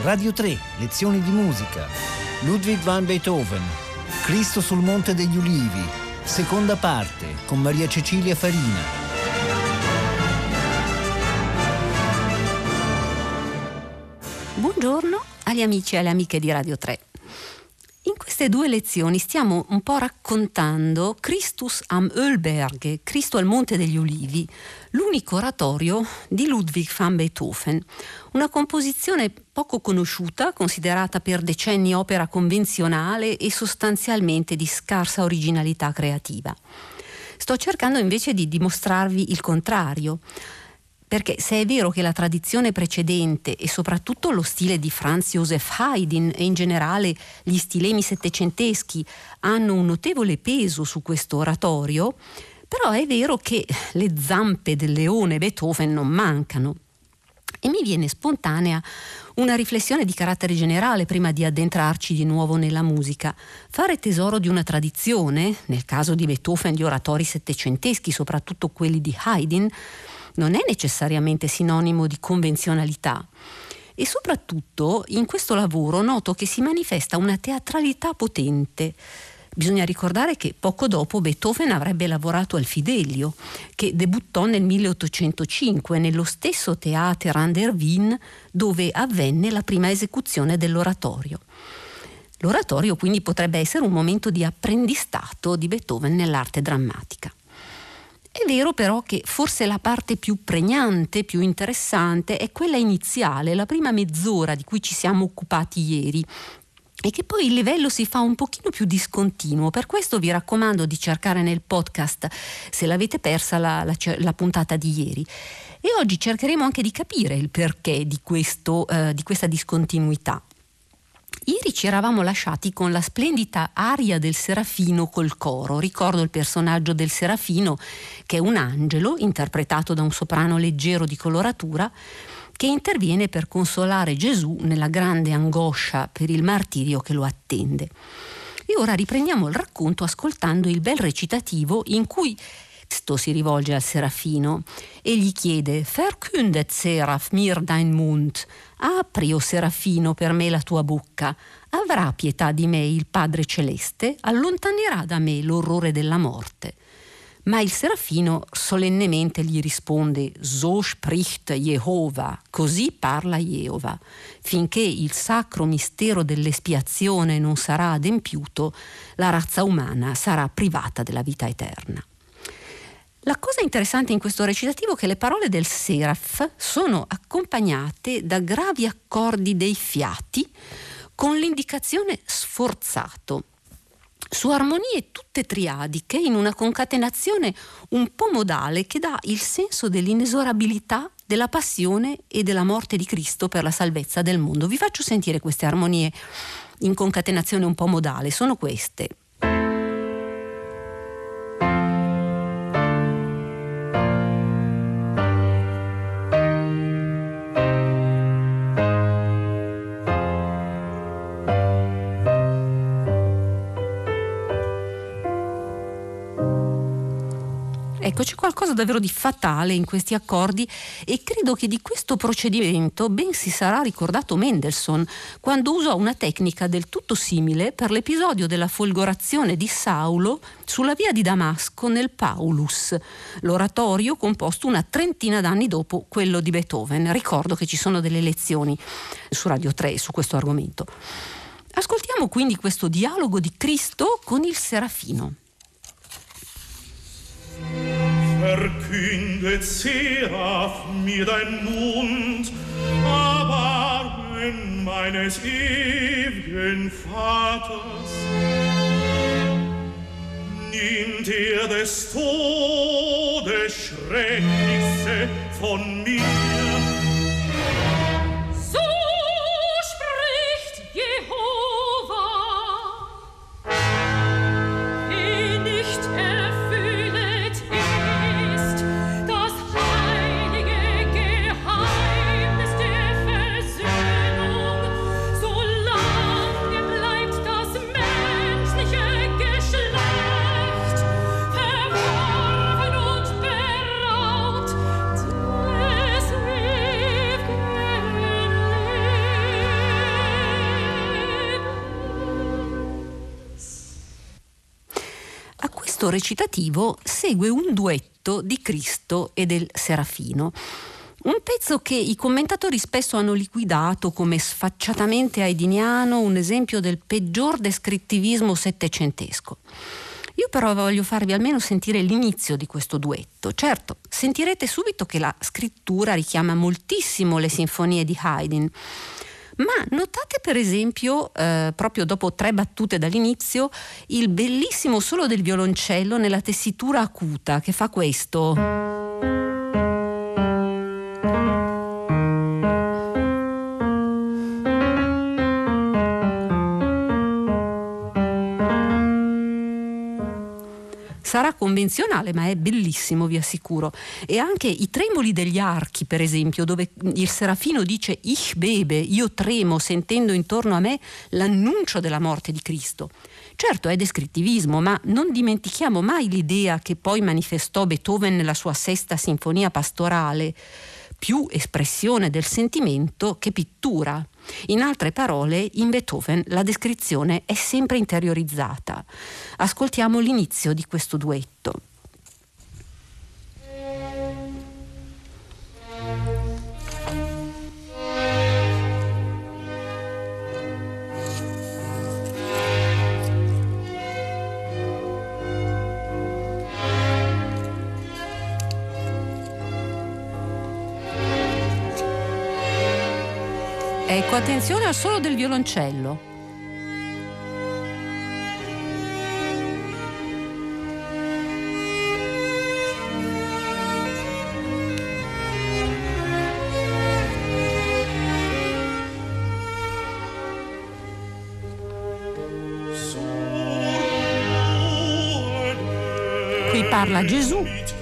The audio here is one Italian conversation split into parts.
Radio 3, lezioni di musica. Ludwig van Beethoven, Cristo sul Monte degli Ulivi, seconda parte, con Maria Cecilia Farina. Buongiorno agli amici e alle amiche di Radio 3. In queste due lezioni stiamo un po' raccontando Christus am Ölberge, Cristo al Monte degli Ulivi, l'unico oratorio di Ludwig van Beethoven, una composizione poco conosciuta, considerata per decenni opera convenzionale e sostanzialmente di scarsa originalità creativa. Sto cercando invece di dimostrarvi il contrario, perché se è vero che la tradizione precedente e soprattutto lo stile di Franz Joseph Haydn e in generale gli stilemi settecenteschi hanno un notevole peso su questo oratorio, però è vero che le zampe del leone Beethoven non mancano. E mi viene spontanea una riflessione di carattere generale prima di addentrarci di nuovo nella musica. Fare tesoro di una tradizione, nel caso di Beethoven gli oratori settecenteschi, soprattutto quelli di Haydn, non è necessariamente sinonimo di convenzionalità. E soprattutto in questo lavoro noto che si manifesta una teatralità potente. Bisogna ricordare che poco dopo Beethoven avrebbe lavorato al Fidelio, che debuttò nel 1805 nello stesso Theater an der Wien dove avvenne la prima esecuzione dell'oratorio. L'oratorio quindi potrebbe essere un momento di apprendistato di Beethoven nell'arte drammatica. È vero però che forse la parte più pregnante, più interessante è quella iniziale, la prima mezz'ora di cui ci siamo occupati ieri, e che poi il livello si fa un pochino più discontinuo. Per questo vi raccomando di cercare nel podcast, se l'avete persa, la puntata di ieri. E oggi cercheremo anche di capire il perché di questa discontinuità. Ieri ci eravamo lasciati con la splendida aria del Serafino col coro. Ricordo il personaggio del Serafino, che è un angelo interpretato da un soprano leggero di coloratura, che interviene per consolare Gesù nella grande angoscia per il martirio che lo attende. E ora riprendiamo il racconto ascoltando il bel recitativo in cui Cristo si rivolge al Serafino e gli chiede: Verkündet, Seraph, mir dein Mund. Apri, o Serafino, per me la tua bocca. Avrà pietà di me il Padre Celeste, allontanerà da me l'orrore della morte. Ma il Serafino solennemente gli risponde: So spricht Jehova, così parla Jehova. Finché il sacro mistero dell'espiazione non sarà adempiuto, la razza umana sarà privata della vita eterna. La cosa interessante in questo recitativo è che le parole del Seraph sono accompagnate da gravi accordi dei fiati con l'indicazione sforzato, su armonie tutte triadiche in una concatenazione un po' modale che dà il senso dell'inesorabilità della passione e della morte di Cristo per la salvezza del mondo. Vi faccio sentire queste armonie in concatenazione un po' modale, sono queste. Ecco, c'è qualcosa davvero di fatale in questi accordi e credo che di questo procedimento ben si sarà ricordato Mendelssohn quando usò una tecnica del tutto simile per l'episodio della folgorazione di Saulo sulla via di Damasco nel Paulus, l'oratorio composto una trentina d'anni dopo quello di Beethoven. Ricordo che ci sono delle lezioni su Radio 3 su questo argomento. Ascoltiamo quindi questo dialogo di Cristo con il Serafino. Verkündet, Seraph, mir dein Mund, Erbarmen meines ewigen Vaters. Nimmt des Todes Schrecknisse von mir. So spricht Jehova, wie nicht erfüllet ist das heilige Geheimnis der Versöhnung, solange bleibt das menschliche Geschlecht verworfen und beraubt des questo recitativo segue un duetto di Cristo e del Serafino. Un pezzo che i commentatori spesso hanno liquidato come sfacciatamente haydniano, un esempio del peggior descrittivismo settecentesco. Io però voglio farvi almeno sentire l'inizio di questo duetto. Certo, sentirete subito che la scrittura richiama moltissimo le sinfonie di Haydn, ma notate per esempio, proprio dopo 3 battute dall'inizio, il bellissimo solo del violoncello nella tessitura acuta che fa questo. Sarà convenzionale, ma è bellissimo, vi assicuro. E anche i tremoli degli archi, per esempio, dove il Serafino dice Ich bebe, io tremo, sentendo intorno a me l'annuncio della morte di Cristo. Certo, è descrittivismo, ma non dimentichiamo mai l'idea che poi manifestò Beethoven nella sua 6ª sinfonia pastorale, più espressione del sentimento che pittura. In altre parole, in Beethoven la descrizione è sempre interiorizzata. Ascoltiamo l'inizio di questo duetto. Ecco, attenzione al solo del violoncello. Qui parla Gesù.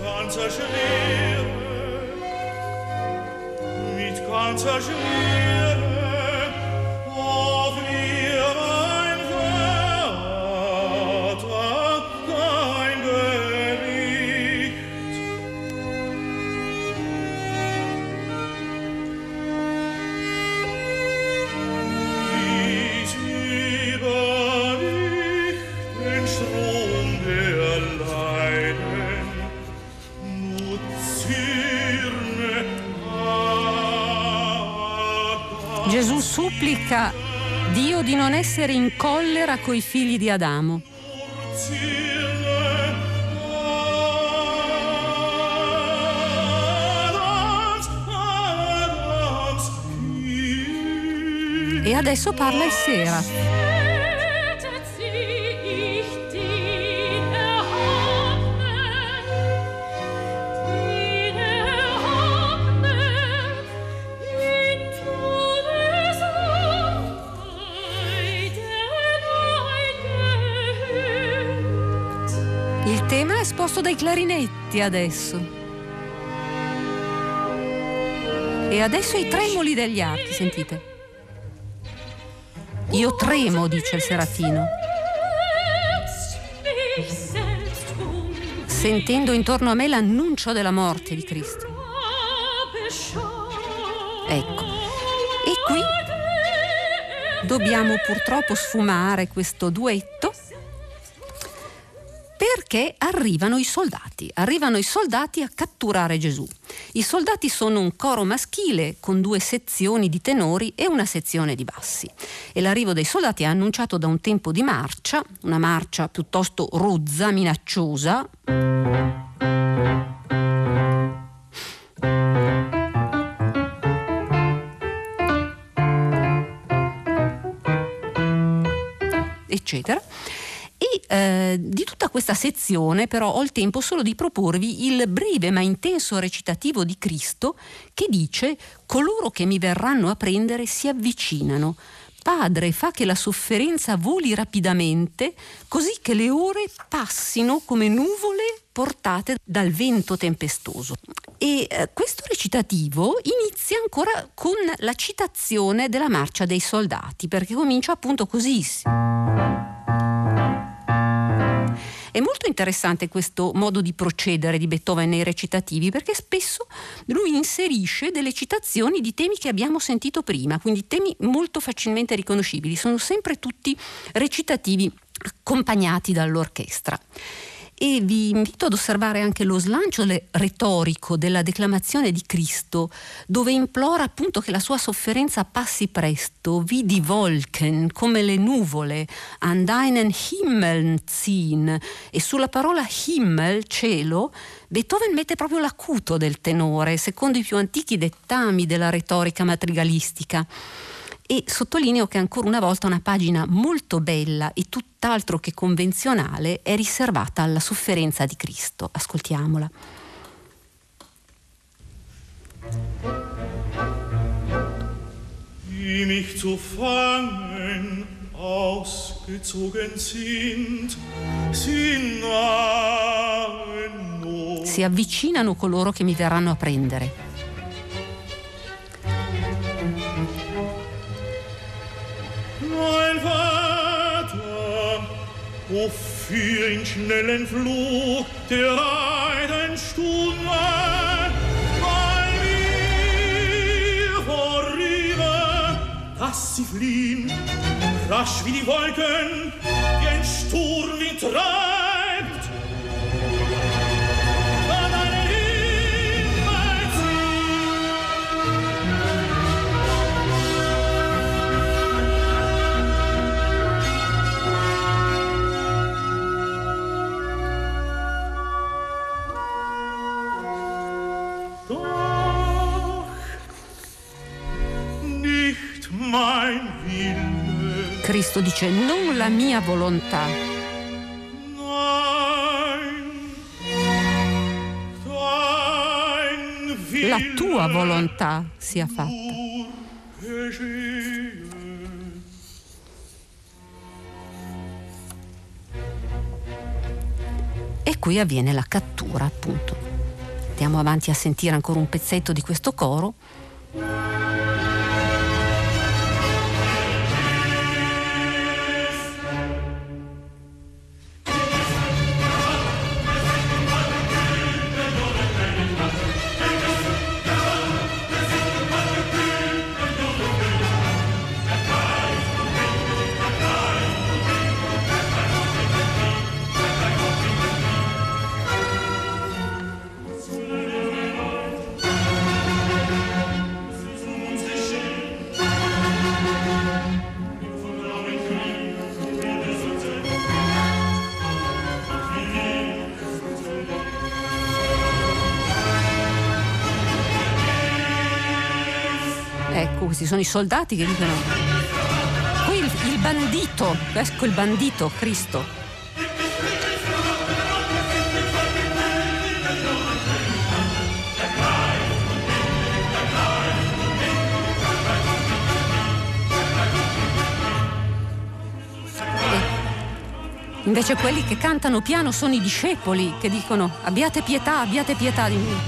Gesù supplica Dio di non essere in collera coi figli di Adamo. E adesso parla il Serafino. Il tema è esposto dai clarinetti adesso. E adesso i tremoli degli archi, sentite. Io tremo, dice il Serafino, sentendo intorno a me l'annuncio della morte di Cristo. Ecco. E qui dobbiamo purtroppo sfumare questo duetto, perché arrivano i soldati a catturare Gesù. I soldati sono un coro maschile con 2 sezioni di tenori e una sezione di bassi. E l'arrivo dei soldati è annunciato da un tempo di marcia, una marcia piuttosto rozza, minacciosa. Eccetera. E di tutta questa sezione però ho il tempo solo di proporvi il breve ma intenso recitativo di Cristo che dice: coloro che mi verranno a prendere si avvicinano. Padre, fa che la sofferenza voli rapidamente, così che le ore passino come nuvole portate dal vento tempestoso. E questo recitativo inizia ancora con la citazione della marcia dei soldati, perché comincia appunto così. È molto interessante questo modo di procedere di Beethoven nei recitativi, perché spesso lui inserisce delle citazioni di temi che abbiamo sentito prima, quindi temi molto facilmente riconoscibili. Sono sempre tutti recitativi accompagnati dall'orchestra. E vi invito ad osservare anche lo slancio retorico della declamazione di Cristo, dove implora appunto che la sua sofferenza passi presto, wie die Wolken, come le nuvole, an deinen Himmel ziehen. E sulla parola Himmel, cielo, Beethoven mette proprio l'acuto del tenore, secondo i più antichi dettami della retorica madrigalistica. E sottolineo che ancora una volta una pagina molto bella e tutt'altro che convenzionale è riservata alla sofferenza di Cristo. Ascoltiamola. Die mich zu fangen ausgezogen sind, sie nahen nur. Si avvicinano coloro che mi verranno a prendere. Mein Vater, wofür in schnellen Flug der Reitenstunde bei mir vorüber, dass sie fliehen, rasch wie die Wolken, die ein Sturm ihn treibt. An einen Himmel mein Wille. Cristo dice: non la mia volontà. Nein, dein Wille. La tua volontà sia fatta. E qui avviene la cattura, appunto. Andiamo avanti a sentire ancora un pezzetto di questo coro. Ecco, questi sono i soldati che dicono: qui il bandito, ecco il bandito, Cristo. E invece quelli che cantano piano sono i discepoli che dicono: abbiate pietà di me.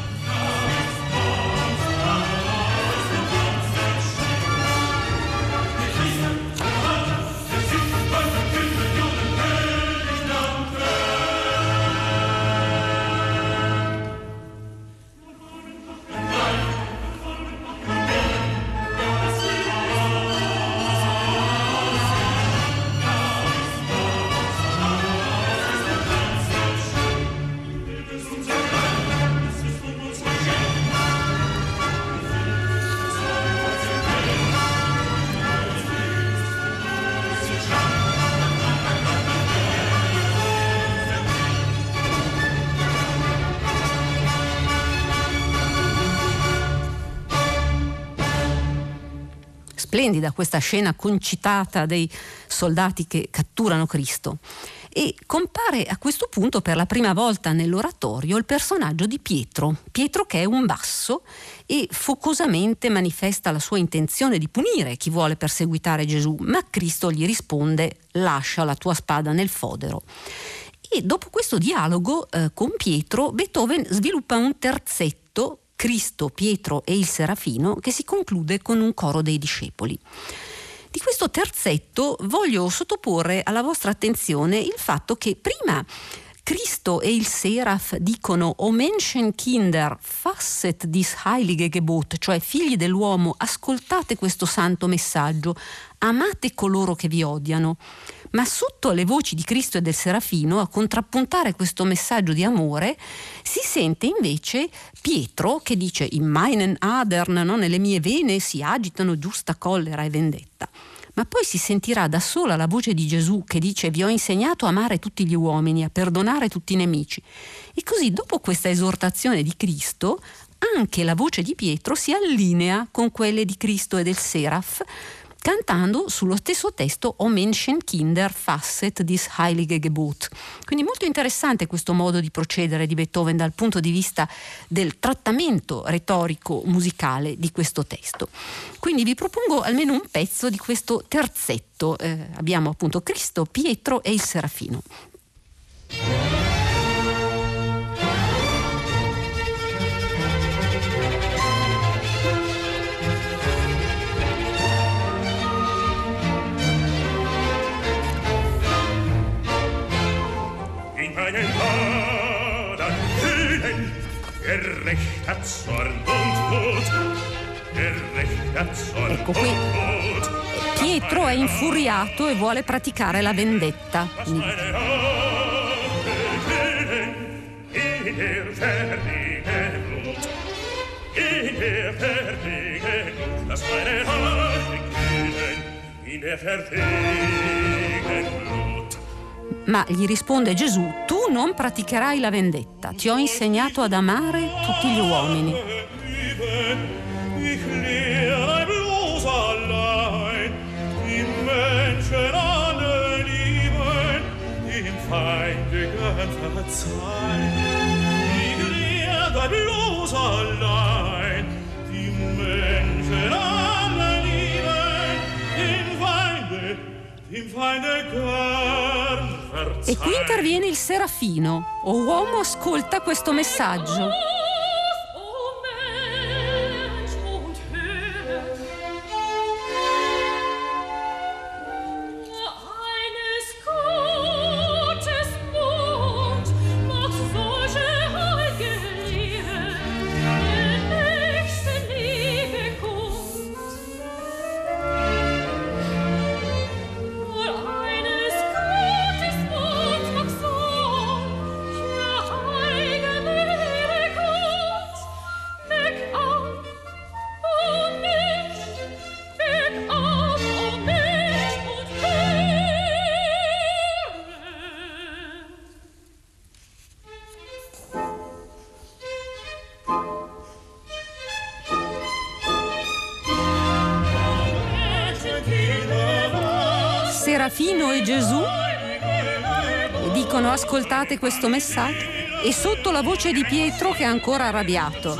Splendida questa scena concitata dei soldati che catturano Cristo. E compare a questo punto per la prima volta nell'oratorio il personaggio di Pietro, che è un basso e focosamente manifesta la sua intenzione di punire chi vuole perseguitare Gesù, ma Cristo gli risponde: lascia la tua spada nel fodero. E dopo questo dialogo con Pietro, Beethoven sviluppa un terzetto, Cristo, Pietro e il Serafino, che si conclude con un coro dei discepoli. Di questo terzetto voglio sottoporre alla vostra attenzione il fatto che prima Cristo e il Seraf dicono O Menschenkinder, fasset dis heilige Gebot, cioè figli dell'uomo, ascoltate questo santo messaggio, amate coloro che vi odiano. Ma sotto alle voci di Cristo e del Serafino, a contrappuntare questo messaggio di amore, si sente invece Pietro che dice in meinen Adern, no? Nelle mie vene si agitano giusta collera e vendetta. Ma poi si sentirà da sola la voce di Gesù che dice vi ho insegnato a amare tutti gli uomini, a perdonare tutti i nemici. E così dopo questa esortazione di Cristo anche la voce di Pietro si allinea con quelle di Cristo e del Seraf, cantando sullo stesso testo O Menschenkinder fasset dis heilige Gebot. Quindi molto interessante questo modo di procedere di Beethoven dal punto di vista del trattamento retorico musicale di questo testo. Quindi vi propongo almeno un pezzo di questo terzetto. Abbiamo appunto Cristo, Pietro e il Serafino. Ecco qui Pietro è infuriato e vuole praticare la vendetta. Ma gli risponde Gesù: tu non praticherai la vendetta, ti ho insegnato ad amare tutti gli uomini. E qui interviene il Serafino. O uomo, ascolta questo messaggio. Serafino e Gesù dicono ascoltate questo messaggio, e sotto la voce di Pietro che è ancora arrabbiato.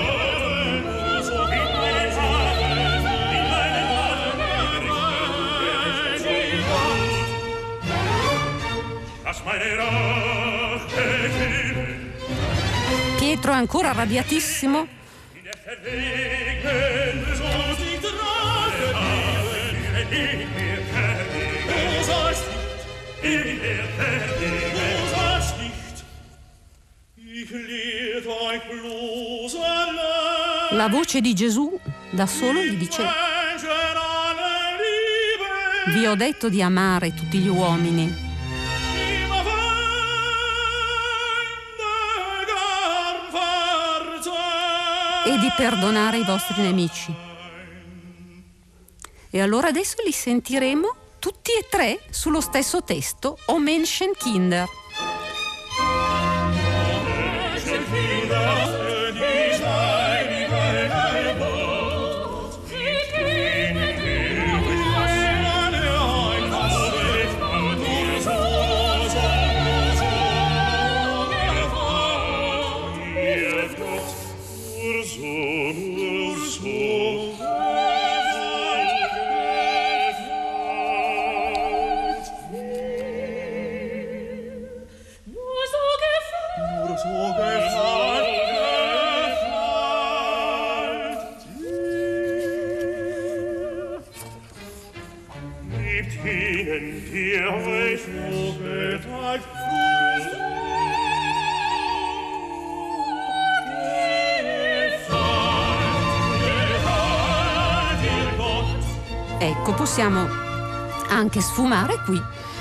Pietro è ancora arrabbiatissimo. La voce di Gesù da solo gli dice: vi ho detto di amare tutti gli uomini e di perdonare i vostri nemici. E allora adesso li sentiremo tutti e tre sullo stesso testo, O Menschenkinder. Ihnen, die euch so geteilt, Ecco, possiamo anche sfumare qui.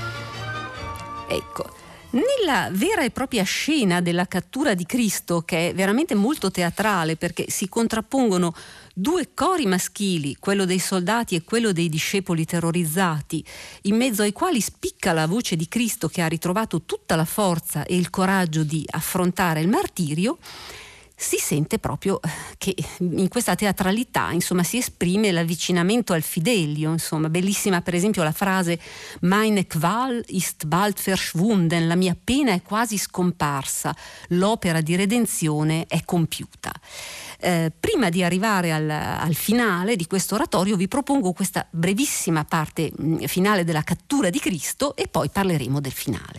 Ecco, nella vera e propria scena della cattura di Cristo, che è veramente molto teatrale perché si contrappongono due cori maschili, quello dei soldati e quello dei discepoli terrorizzati, in mezzo ai quali spicca la voce di Cristo che ha ritrovato tutta la forza e il coraggio di affrontare il martirio, si sente proprio che in questa teatralità, insomma, si esprime l'avvicinamento al fidelio, insomma, bellissima per esempio la frase "Meine Qual ist bald verschwunden", la mia pena è quasi scomparsa, l'opera di redenzione è compiuta. Prima di arrivare al finale di questo oratorio vi propongo questa brevissima parte finale della cattura di Cristo e poi parleremo del finale.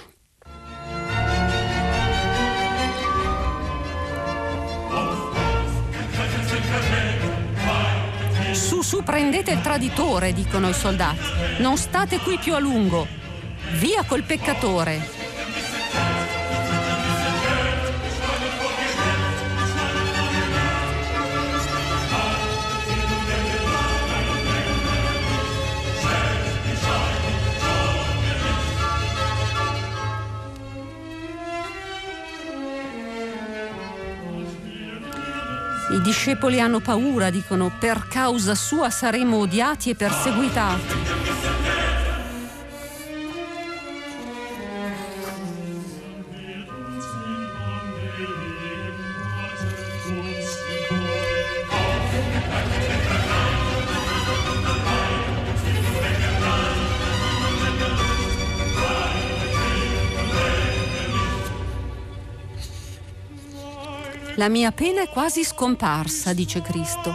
Su, prendete il traditore, dicono i soldati. Non state qui più a lungo. Via col peccatore. I discepoli hanno paura, dicono, per causa sua saremo odiati e perseguitati. La mia pena è quasi scomparsa, dice Cristo.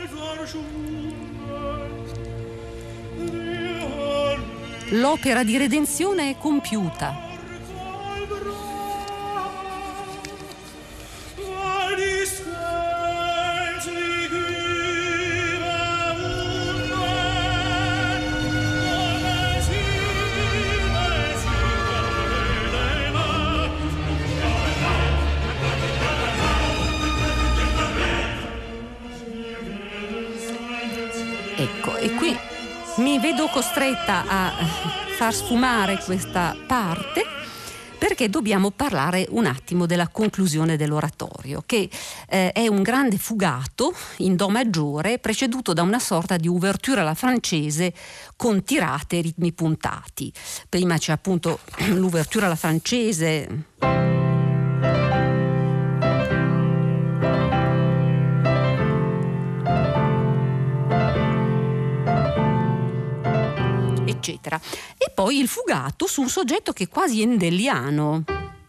L'opera di redenzione è compiuta. Ecco, e qui mi vedo costretta a far sfumare questa parte perché dobbiamo parlare un attimo della conclusione dell'oratorio, che è un grande fugato in do maggiore preceduto da una sorta di ouverture alla francese con tirate e ritmi puntati. Prima c'è appunto l'ouverture alla francese, eccetera. E poi il fugato su un soggetto che è quasi endelliano.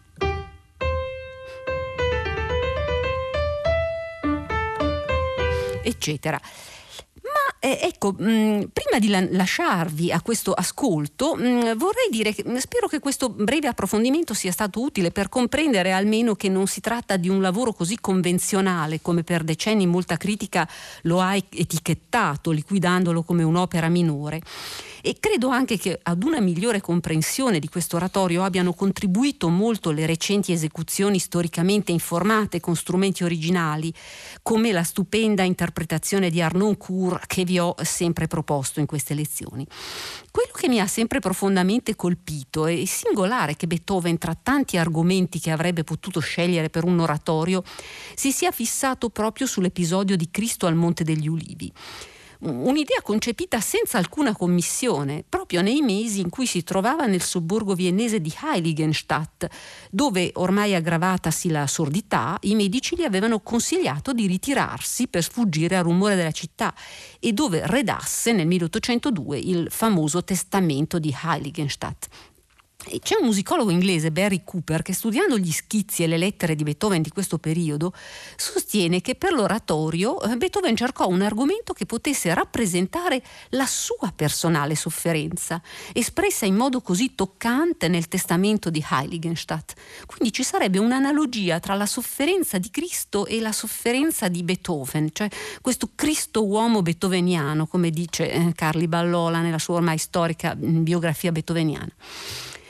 Eccetera. Ma ecco, prima di lasciarvi a questo ascolto, vorrei dire che spero che questo breve approfondimento sia stato utile per comprendere almeno che non si tratta di un lavoro così convenzionale come per decenni molta critica lo ha etichettato, liquidandolo come un'opera minore. E credo anche che ad una migliore comprensione di questo oratorio abbiano contribuito molto le recenti esecuzioni storicamente informate con strumenti originali, come la stupenda interpretazione di Harnoncourt che vi ho sempre proposto in queste lezioni. Quello che mi ha sempre profondamente colpito è singolare che Beethoven, tra tanti argomenti che avrebbe potuto scegliere per un oratorio, si sia fissato proprio sull'episodio di Cristo al Monte degli Ulivi. Un'idea concepita senza alcuna commissione, proprio nei mesi in cui si trovava nel sobborgo viennese di Heiligenstadt, dove, ormai aggravatasi la sordità, i medici gli avevano consigliato di ritirarsi per sfuggire al rumore della città e dove redasse nel 1802 il famoso testamento di Heiligenstadt. E c'è un musicologo inglese, Barry Cooper, che studiando gli schizzi e le lettere di Beethoven di questo periodo sostiene che per l'oratorio Beethoven cercò un argomento che potesse rappresentare la sua personale sofferenza, espressa in modo così toccante nel testamento di Heiligenstadt. Quindi ci sarebbe un'analogia tra la sofferenza di Cristo e la sofferenza di Beethoven, cioè questo Cristo uomo beethoveniano, come dice Carli Ballola nella sua ormai storica biografia beethoveniana.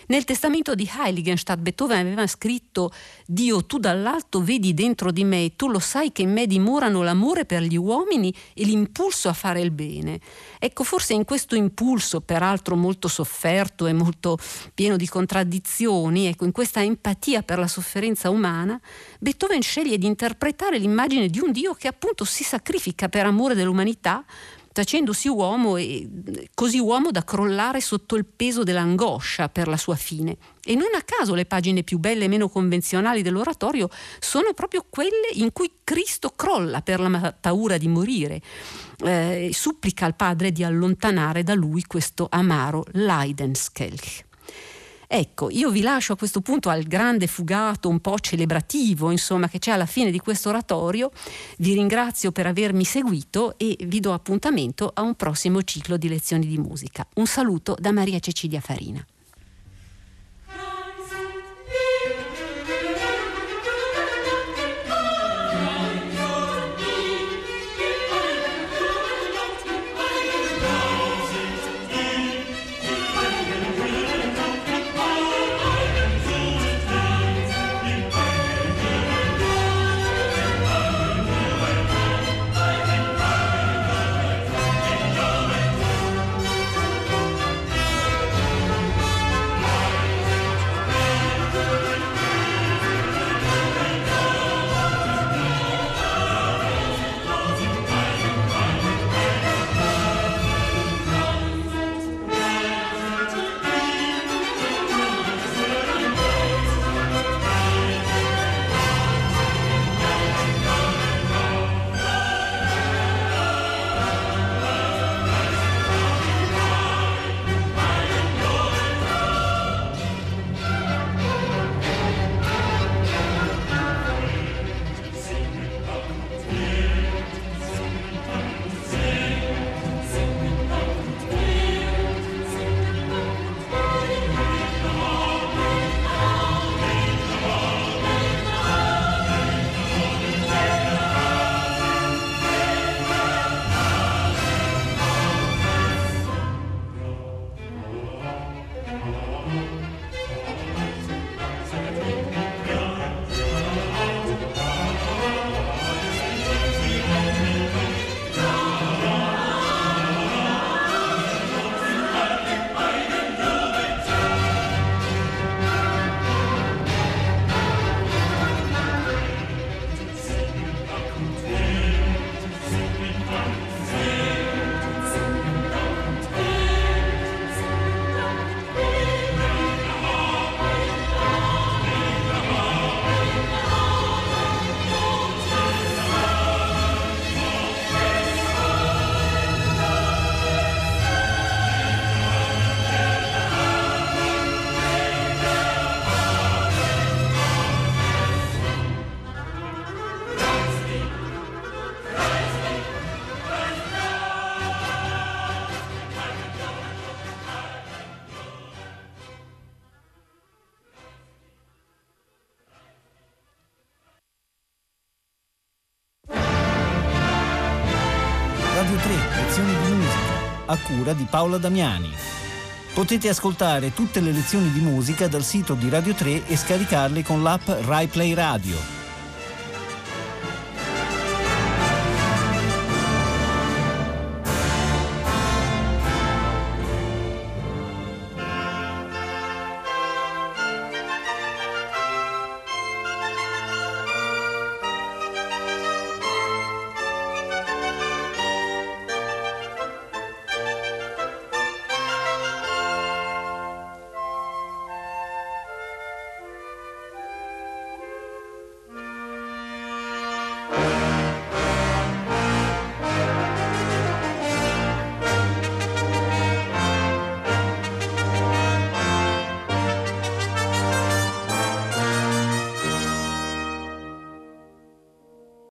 Nel testamento di Heiligenstadt Beethoven aveva scritto: Dio, tu dall'alto vedi dentro di me, tu lo sai che in me dimorano l'amore per gli uomini e l'impulso a fare il bene. Ecco, forse in questo impulso, peraltro molto sofferto e molto pieno di contraddizioni, ecco, in questa empatia per la sofferenza umana, Beethoven sceglie di interpretare l'immagine di un Dio che appunto si sacrifica per amore dell'umanità, facendosi uomo e così uomo da crollare sotto il peso dell'angoscia per la sua fine. E non a caso le pagine più belle e meno convenzionali dell'oratorio sono proprio quelle in cui Cristo crolla per la paura di morire, supplica al Padre di allontanare da lui questo amaro Leidenskelch. Ecco, io vi lascio a questo punto al grande fugato un po' celebrativo, insomma, che c'è alla fine di questo oratorio. Vi ringrazio per avermi seguito e vi do appuntamento a un prossimo ciclo di lezioni di musica. Un saluto da Maria Cecilia Farina. Radio 3, lezioni di musica, a cura di Paola Damiani. Potete ascoltare tutte le lezioni di musica dal sito di Radio 3 e scaricarle con l'app Rai Play Radio.